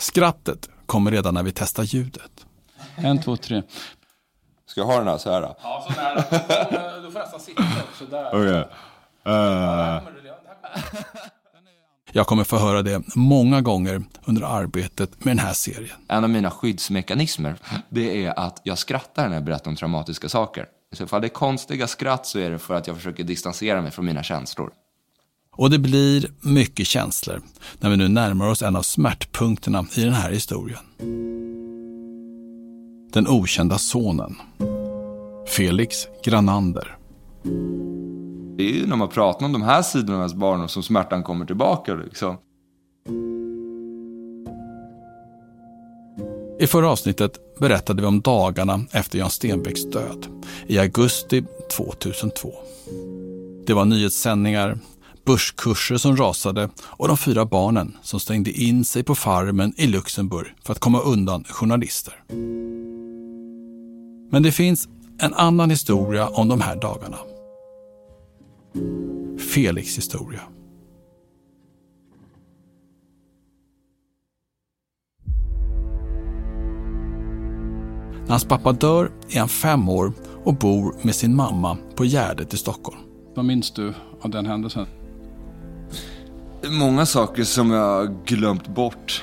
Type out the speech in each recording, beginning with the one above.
Skrattet kommer redan när vi testar ljudet. 1, 2, 3. Ska jag ha den här så här då? Ja, så där. Du får nästan sitta också där. Okej. Jag kommer få höra det många gånger under arbetet med den här serien. En av mina skyddsmekanismer, det är att jag skrattar när jag berättar om traumatiska saker. Så ifall det är konstiga skratt så är det för att jag försöker distansera mig från mina känslor. Och det blir mycket känslor när vi nu närmar oss en av smärtpunkterna i den här historien. Den okända sonen. Felix Granander. Det är ju när man pratar om de här sidorna av ens barn som smärtan kommer tillbaka liksom. I förra avsnittet berättade vi om dagarna efter Jan Stenbecks död i augusti 2002. Det var nyhetssändningar, börskurser som rasade och de 4 barnen som stängde in sig på farmen i Luxemburg för att komma undan journalister. Men det finns en annan historia om de här dagarna. Felix historia. När hans pappa dör är han 5 år och bor med sin mamma på Gärdet i Stockholm. Vad minns du av den händelsen? Många saker som jag har glömt bort.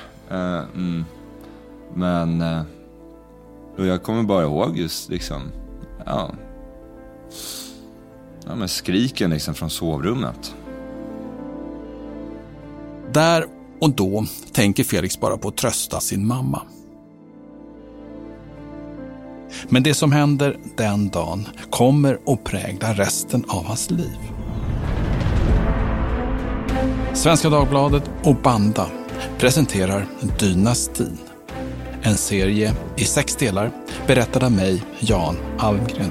Men jag kommer bara ihåg just liksom, men skriken liksom från sovrummet. Där och då tänker Felix bara på att trösta sin mamma. Men det som händer den dagen kommer att prägla resten av hans liv. Svenska Dagbladet och Banda presenterar Dynastin. En serie i 6 delar berättad av mig, Jan Almgren.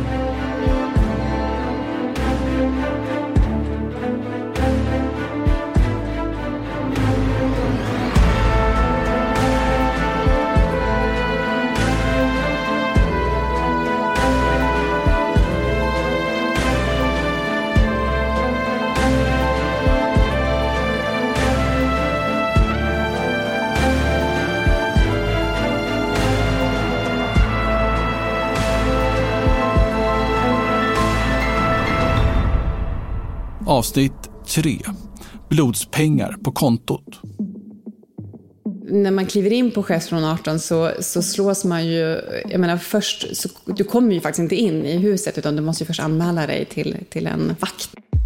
Avsnitt 3. Blodspengar på kontot. När man kliver in på chefsfrån 18 så slås man ju, jag menar först, så, du kommer ju faktiskt inte in i huset utan du måste ju först anmäla dig till en vakt.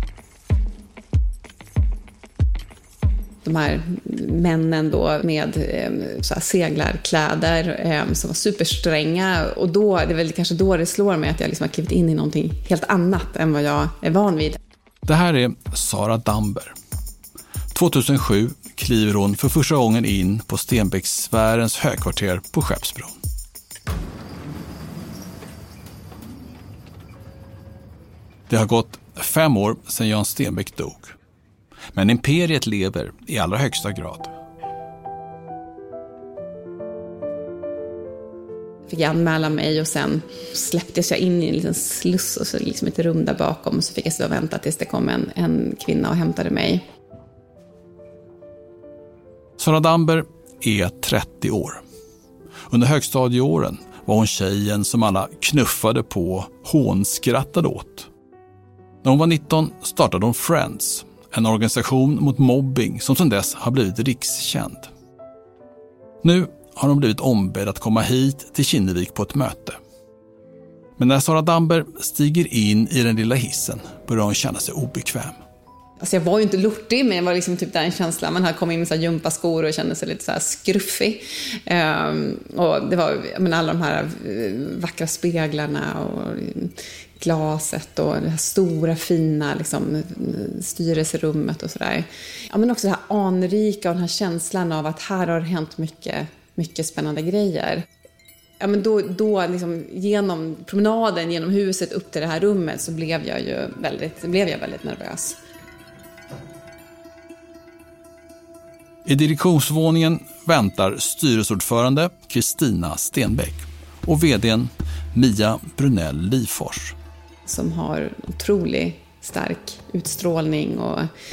De här männen då med så här seglarkläder som var superstränga. Och då, det är väl kanske då det slår mig att jag liksom har klivit in i någonting helt annat än vad jag är van vid. Det här är Sara Damber. 2007 kliver hon för första gången in på Stenbeckssfärens högkvarter på Skeppsbron. Det har gått 5 år sedan Jan Stenbeck dog. Men imperiet lever i allra högsta grad. Fick jag anmäla mig och sen släpptes jag in i en liten sluss och så liksom ett rum där bakom. Så fick jag stå och vänta tills det kom en kvinna och hämtade mig. Sara Damber är 30 år. Under högstadieåren var hon tjejen som alla knuffade på och hånskrattade åt. När hon var 19 startade hon Friends, en organisation mot mobbing som sedan dess har blivit rikskänd. Nu har hon blivit ombedd att komma hit till Kinnevik på ett möte. Men när Sara Damber stiger in i den lilla hissen börjar hon känna sig obekväm. Alltså jag var ju inte lortig, men jag var liksom typ där en känsla. Man hade kommit in med så här gympaskor och kände sig lite så här skruffig. Och det var alla de här vackra speglarna och glaset och det här stora fina liksom, styrelserummet och sådär. Ja, men också det här anrika och den här känslan av att här har det hänt mycket spännande grejer. Ja, men då liksom, genom promenaden, genom huset upp till det här rummet så blev jag väldigt nervös. I direktionsvåningen väntar styrelseordförande Kristina Stenbeck och vdn Mia Brunell Lifors. Som har otroligt stark utstrålning och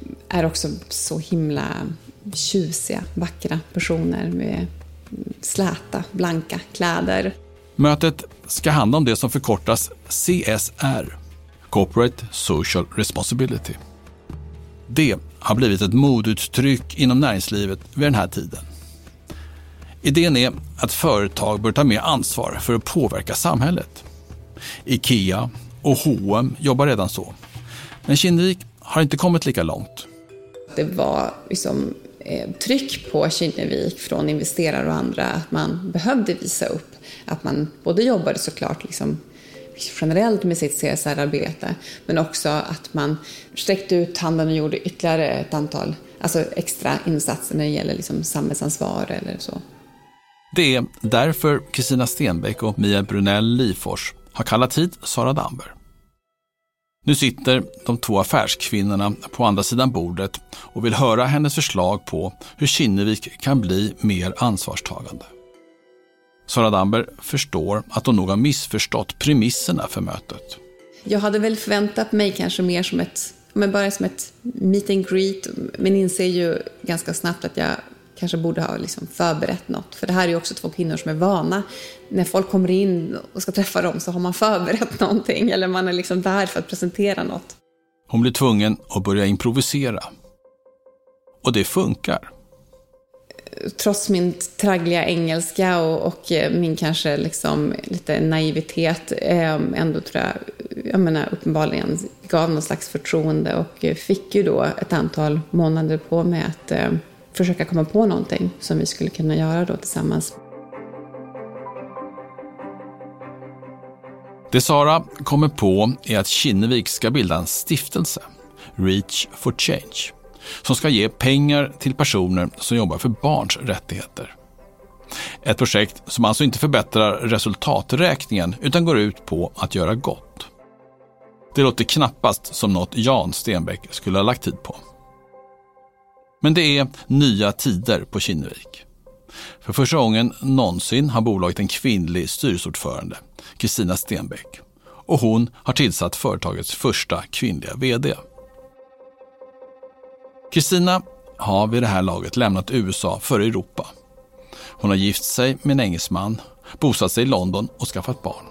är också så himla tjusiga, vackra personer med släta, blanka kläder. Mötet ska handla om det som förkortas CSR, Corporate Social Responsibility. Det har blivit ett moduttryck inom näringslivet vid den här tiden. Idén är att företag bör ta mer ansvar för att påverka samhället. IKEA och H&M jobbar redan så. Men Kinnevik har inte kommit lika långt. Det var liksom tryck på Kinnevik från investerare och andra att man behövde visa upp att man både jobbade såklart liksom generellt med sitt CSR-arbete, men också att man sträckte ut handen och gjorde ytterligare ett antal extra insatser när det gäller liksom samhällsansvar eller så. Det är därför Kristina Stenbeck och Mia Brunell-Lifors har kallat hit Sara Damber. Nu sitter de två affärskvinnorna på andra sidan bordet och vill höra hennes förslag på hur Kinnevik kan bli mer ansvarstagande. Sara Damber förstår att hon nog har missförstått premisserna för mötet. Jag hade väl förväntat mig kanske mer som ett meet and greet, men inser ju ganska snabbt att jag kanske borde ha liksom förberett något. För det här är ju också två kvinnor som är vana. När folk kommer in och ska träffa dem så har man förberett någonting. Eller man är liksom där för att presentera något. Hon blir tvungen att börja improvisera. Och det funkar. Trots min traggliga engelska och min kanske liksom lite naivitet ändå tror jag uppenbarligen gav någon slags förtroende och fick ju då ett antal månader på mig att försöka komma på någonting som vi skulle kunna göra då tillsammans. Det Sara kommer på är att Kinnevik ska bilda en stiftelse, Reach for Change, som ska ge pengar till personer som jobbar för barns rättigheter. Ett projekt som alltså inte förbättrar resultaträkningen utan går ut på att göra gott. Det låter knappast som något Jan Stenbeck skulle ha lagt tid på. Men det är nya tider på Kinnevik. För första gången någonsin har bolaget en kvinnlig styrelseordförande, Kristina Stenbeck. Och hon har tillsatt företagets första kvinnliga vd. Kristina har vid det här laget lämnat USA för Europa. Hon har gift sig med en engelsman, bosatt sig i London och skaffat barn.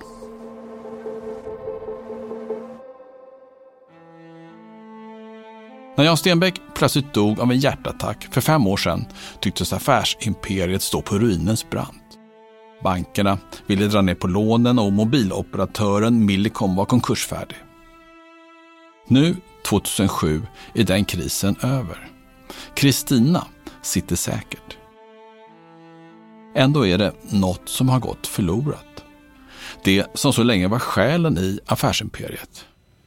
När Jan Stenbeck plötsligt dog av en hjärtattack för 5 år sedan tycktes affärsimperiet stå på ruinens brant. Bankerna ville dra ner på lånen och mobiloperatören Millicom var konkursfärdig. Nu, 2007, är den krisen över. Kristina sitter säkert. Ändå är det något som har gått förlorat. Det som så länge var själen i affärsimperiet.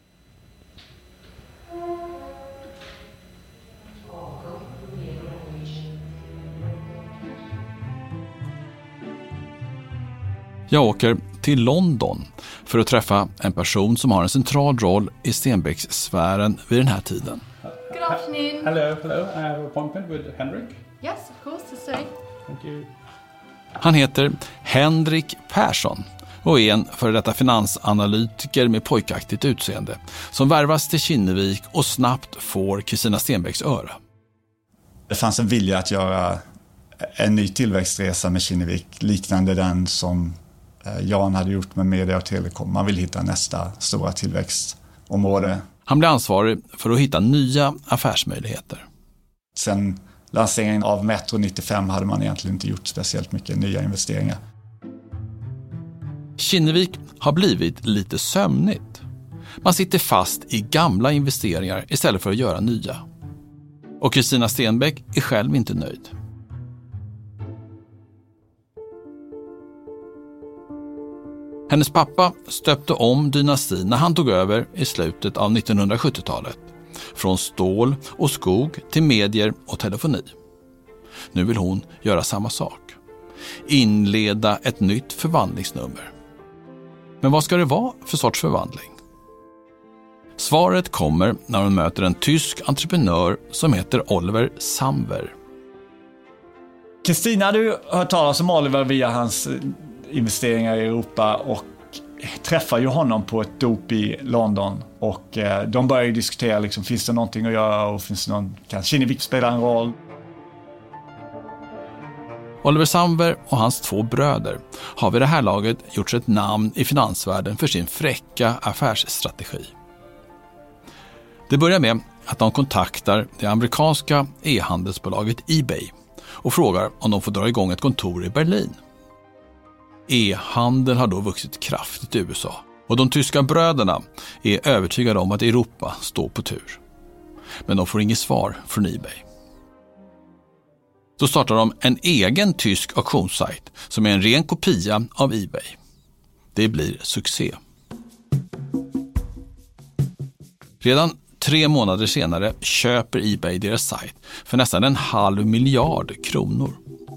Jag åker till London för att träffa en person som har en central roll i Stenbecks-sfären vid den här tiden. Good afternoon. Hello. I have an appointment with Henrik. Yes, of course, to stay. Thank you. Han heter Henrik Persson och är en före detta finansanalytiker med pojkaktigt utseende som värvas till Kinnevik och snabbt får Kristina Stenbecks öra. Det fanns en vilja att göra en ny tillväxtresa med Kinnevik liknande den som Jan hade gjort med media och telekom. Man vill hitta nästa stora tillväxtområde. Han blir ansvarig för att hitta nya affärsmöjligheter. Sen lanseringen av Metro 95 hade man egentligen inte gjort speciellt mycket nya investeringar. Kinnevik har blivit lite sömnigt. Man sitter fast i gamla investeringar istället för att göra nya. Och Kristina Stenbeck är själv inte nöjd. Hennes pappa stöpte om dynastin när han tog över i slutet av 1970-talet. Från stål och skog till medier och telefoni. Nu vill hon göra samma sak. Inleda ett nytt förvandlingsnummer. Men vad ska det vara för sorts förvandling? Svaret kommer när hon möter en tysk entreprenör som heter Oliver Samwer. Kristina, du har hört talas om Oliver via hans investeringar i Europa och träffar ju honom på ett dop i London och de börjar ju diskutera liksom, finns det någonting att göra och finns det någon, kan Kinnevik spela en roll? Oliver Samwer och hans 2 bröder har vid det här laget gjort sig ett namn i finansvärlden för sin fräcka affärsstrategi. Det börjar med att de kontaktar det amerikanska e-handelsbolaget eBay och frågar om de får dra igång ett kontor i Berlin. E-handel har då vuxit kraftigt i USA och de tyska bröderna är övertygade om att Europa står på tur. Men de får inget svar från eBay. Då startar de en egen tysk auktionssajt som är en ren kopia av eBay. Det blir succé. Redan 3 månader senare köper eBay deras sajt för nästan 500 miljarder kronor.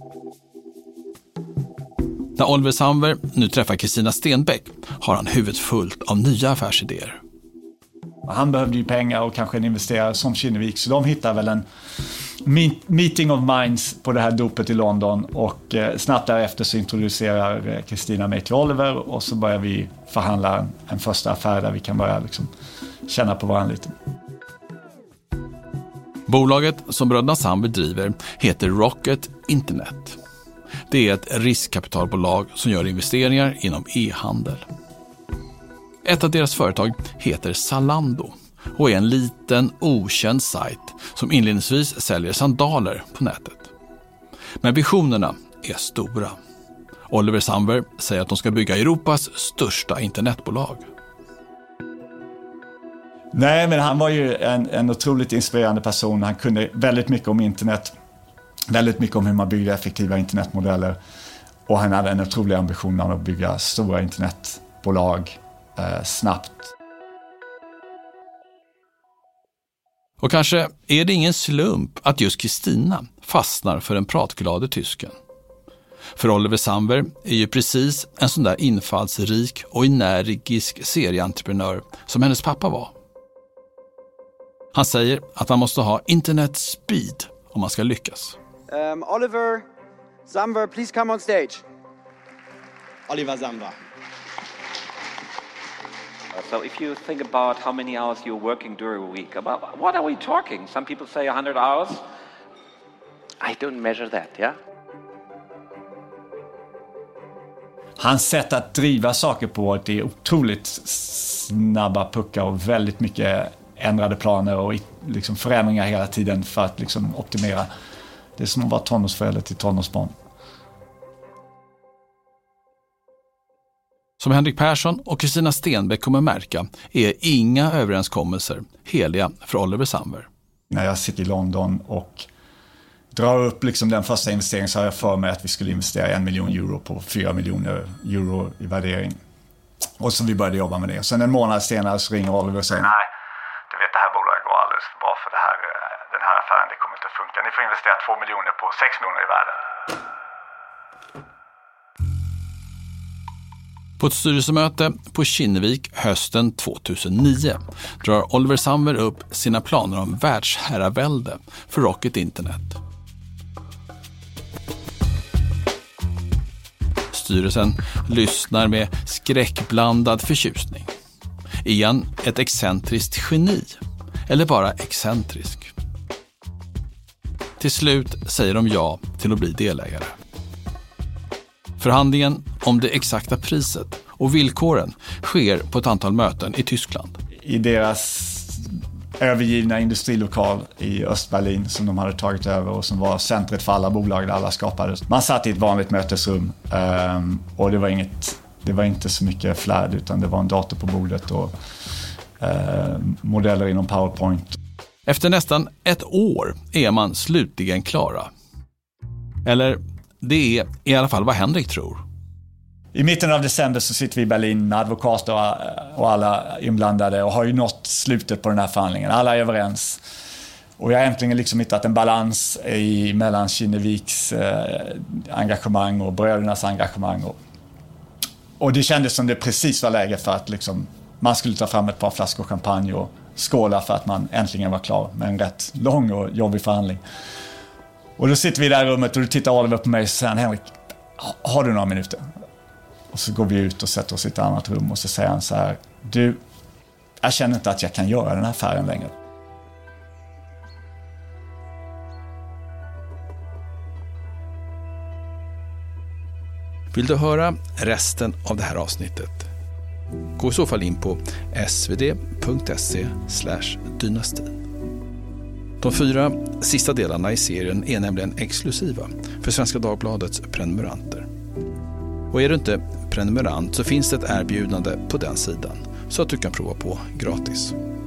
När Oliver Samwer nu träffar Kristina Stenbeck har han huvudet fullt av nya affärsidéer. Han behövde ju pengar och kanske en investerare som Kinnevik, så de hittar väl en meeting of minds på det här dopet i London och snabbt därefter så introducerar Kristina mig till Oliver och så börjar vi förhandla en första affär där vi kan börja liksom känna på varandra lite. Bolaget som bröderna Samwer driver heter Rocket Internet. Det är ett riskkapitalbolag som gör investeringar inom e-handel. Ett av deras företag heter Zalando och är en liten okänd sajt som inledningsvis säljer sandaler på nätet. Men visionerna är stora. Oliver Samwer säger att de ska bygga Europas största internetbolag. Nej, men han var ju en otroligt inspirerande person. Han kunde väldigt mycket om internet. Väldigt mycket om hur man bygger effektiva internetmodeller. Och han hade en otrolig ambition att bygga stora internetbolag snabbt. Och kanske är det ingen slump att just Kristina fastnar för den pratglade tysken. För Oliver Samwer är ju precis en sån där infallsrik och energisk serieentreprenör som hennes pappa var. Han säger att man måste ha internet speed om man ska lyckas. Oliver Samwer, please come on stage. Oliver Samwer. So if you think about how many hours you're working during a week, about what are we talking? Some people say 100 hours. I don't measure that, yeah? Hans sätt att driva saker på, det är otroligt snabba puckar och väldigt mycket ändrade planer och liksom förändringar hela tiden för att liksom optimera. Det är som att vara tonårsförälder till tonårsbarn. Som Henrik Persson och Kristina Stenbeck kommer märka är inga överenskommelser heliga för Oliver Samwer. När jag sitter i London och drar upp liksom den första investeringen så har jag för mig att vi skulle investera 1 miljon euro på 4 miljoner euro i värdering. Och så vi började jobba med det. Sen en månad senare så ringer Oliver och säger: nej, du vet, det här bolaget går alldeles för bra för den här affären, det kommer inte att funka. Ni får investera 2 miljoner på 6 miljoner i värde. På ett styrelsemöte på Kinnevik hösten 2009 drar Oliver Samwer upp sina planer om världsherravälde för Rocket Internet. Styrelsen lyssnar med skräckblandad förtjusning. Igen ett excentriskt geni, eller bara excentrisk. Till slut säger de ja till att bli delägare. Förhandlingen om det exakta priset och villkoren sker på ett antal möten i Tyskland. I deras övergivna industrilokal i Östberlin som de hade tagit över och som var centret för alla bolag där alla skapades. Man satt i ett vanligt mötesrum och det var inte så mycket flärd, utan det var en dator på bordet och modeller inom PowerPoint. Efter nästan ett år är man slutligen klara. Eller det är i alla fall vad Henrik tror. I mitten av december så sitter vi i Berlin med advokater och alla inblandade och har ju nått slutet på den här förhandlingen. Alla är överens. Och jag har äntligen liksom hittat en balans mellan Kinneviks engagemang och brödernas engagemang. Och det kändes som det precis var läge för att liksom, man skulle ta fram ett par flaskor champagne och skåla för att man äntligen var klar med en rätt lång och jobbig förhandling. Och då sitter vi där i rummet och då tittar Oliver på mig och säger: Henrik, har du några minuter? Och så går vi ut och sätter oss i ett annat rum och så säger han så här: du, jag känner inte att jag kan göra den här affären längre. Vill du höra resten av det här avsnittet? Gå i så fall in på svd.se/dynastin. De 4 sista delarna i serien är nämligen exklusiva för Svenska Dagbladets prenumeranter. Och är du inte prenumerant så finns det ett erbjudande på den sidan så att du kan prova på gratis.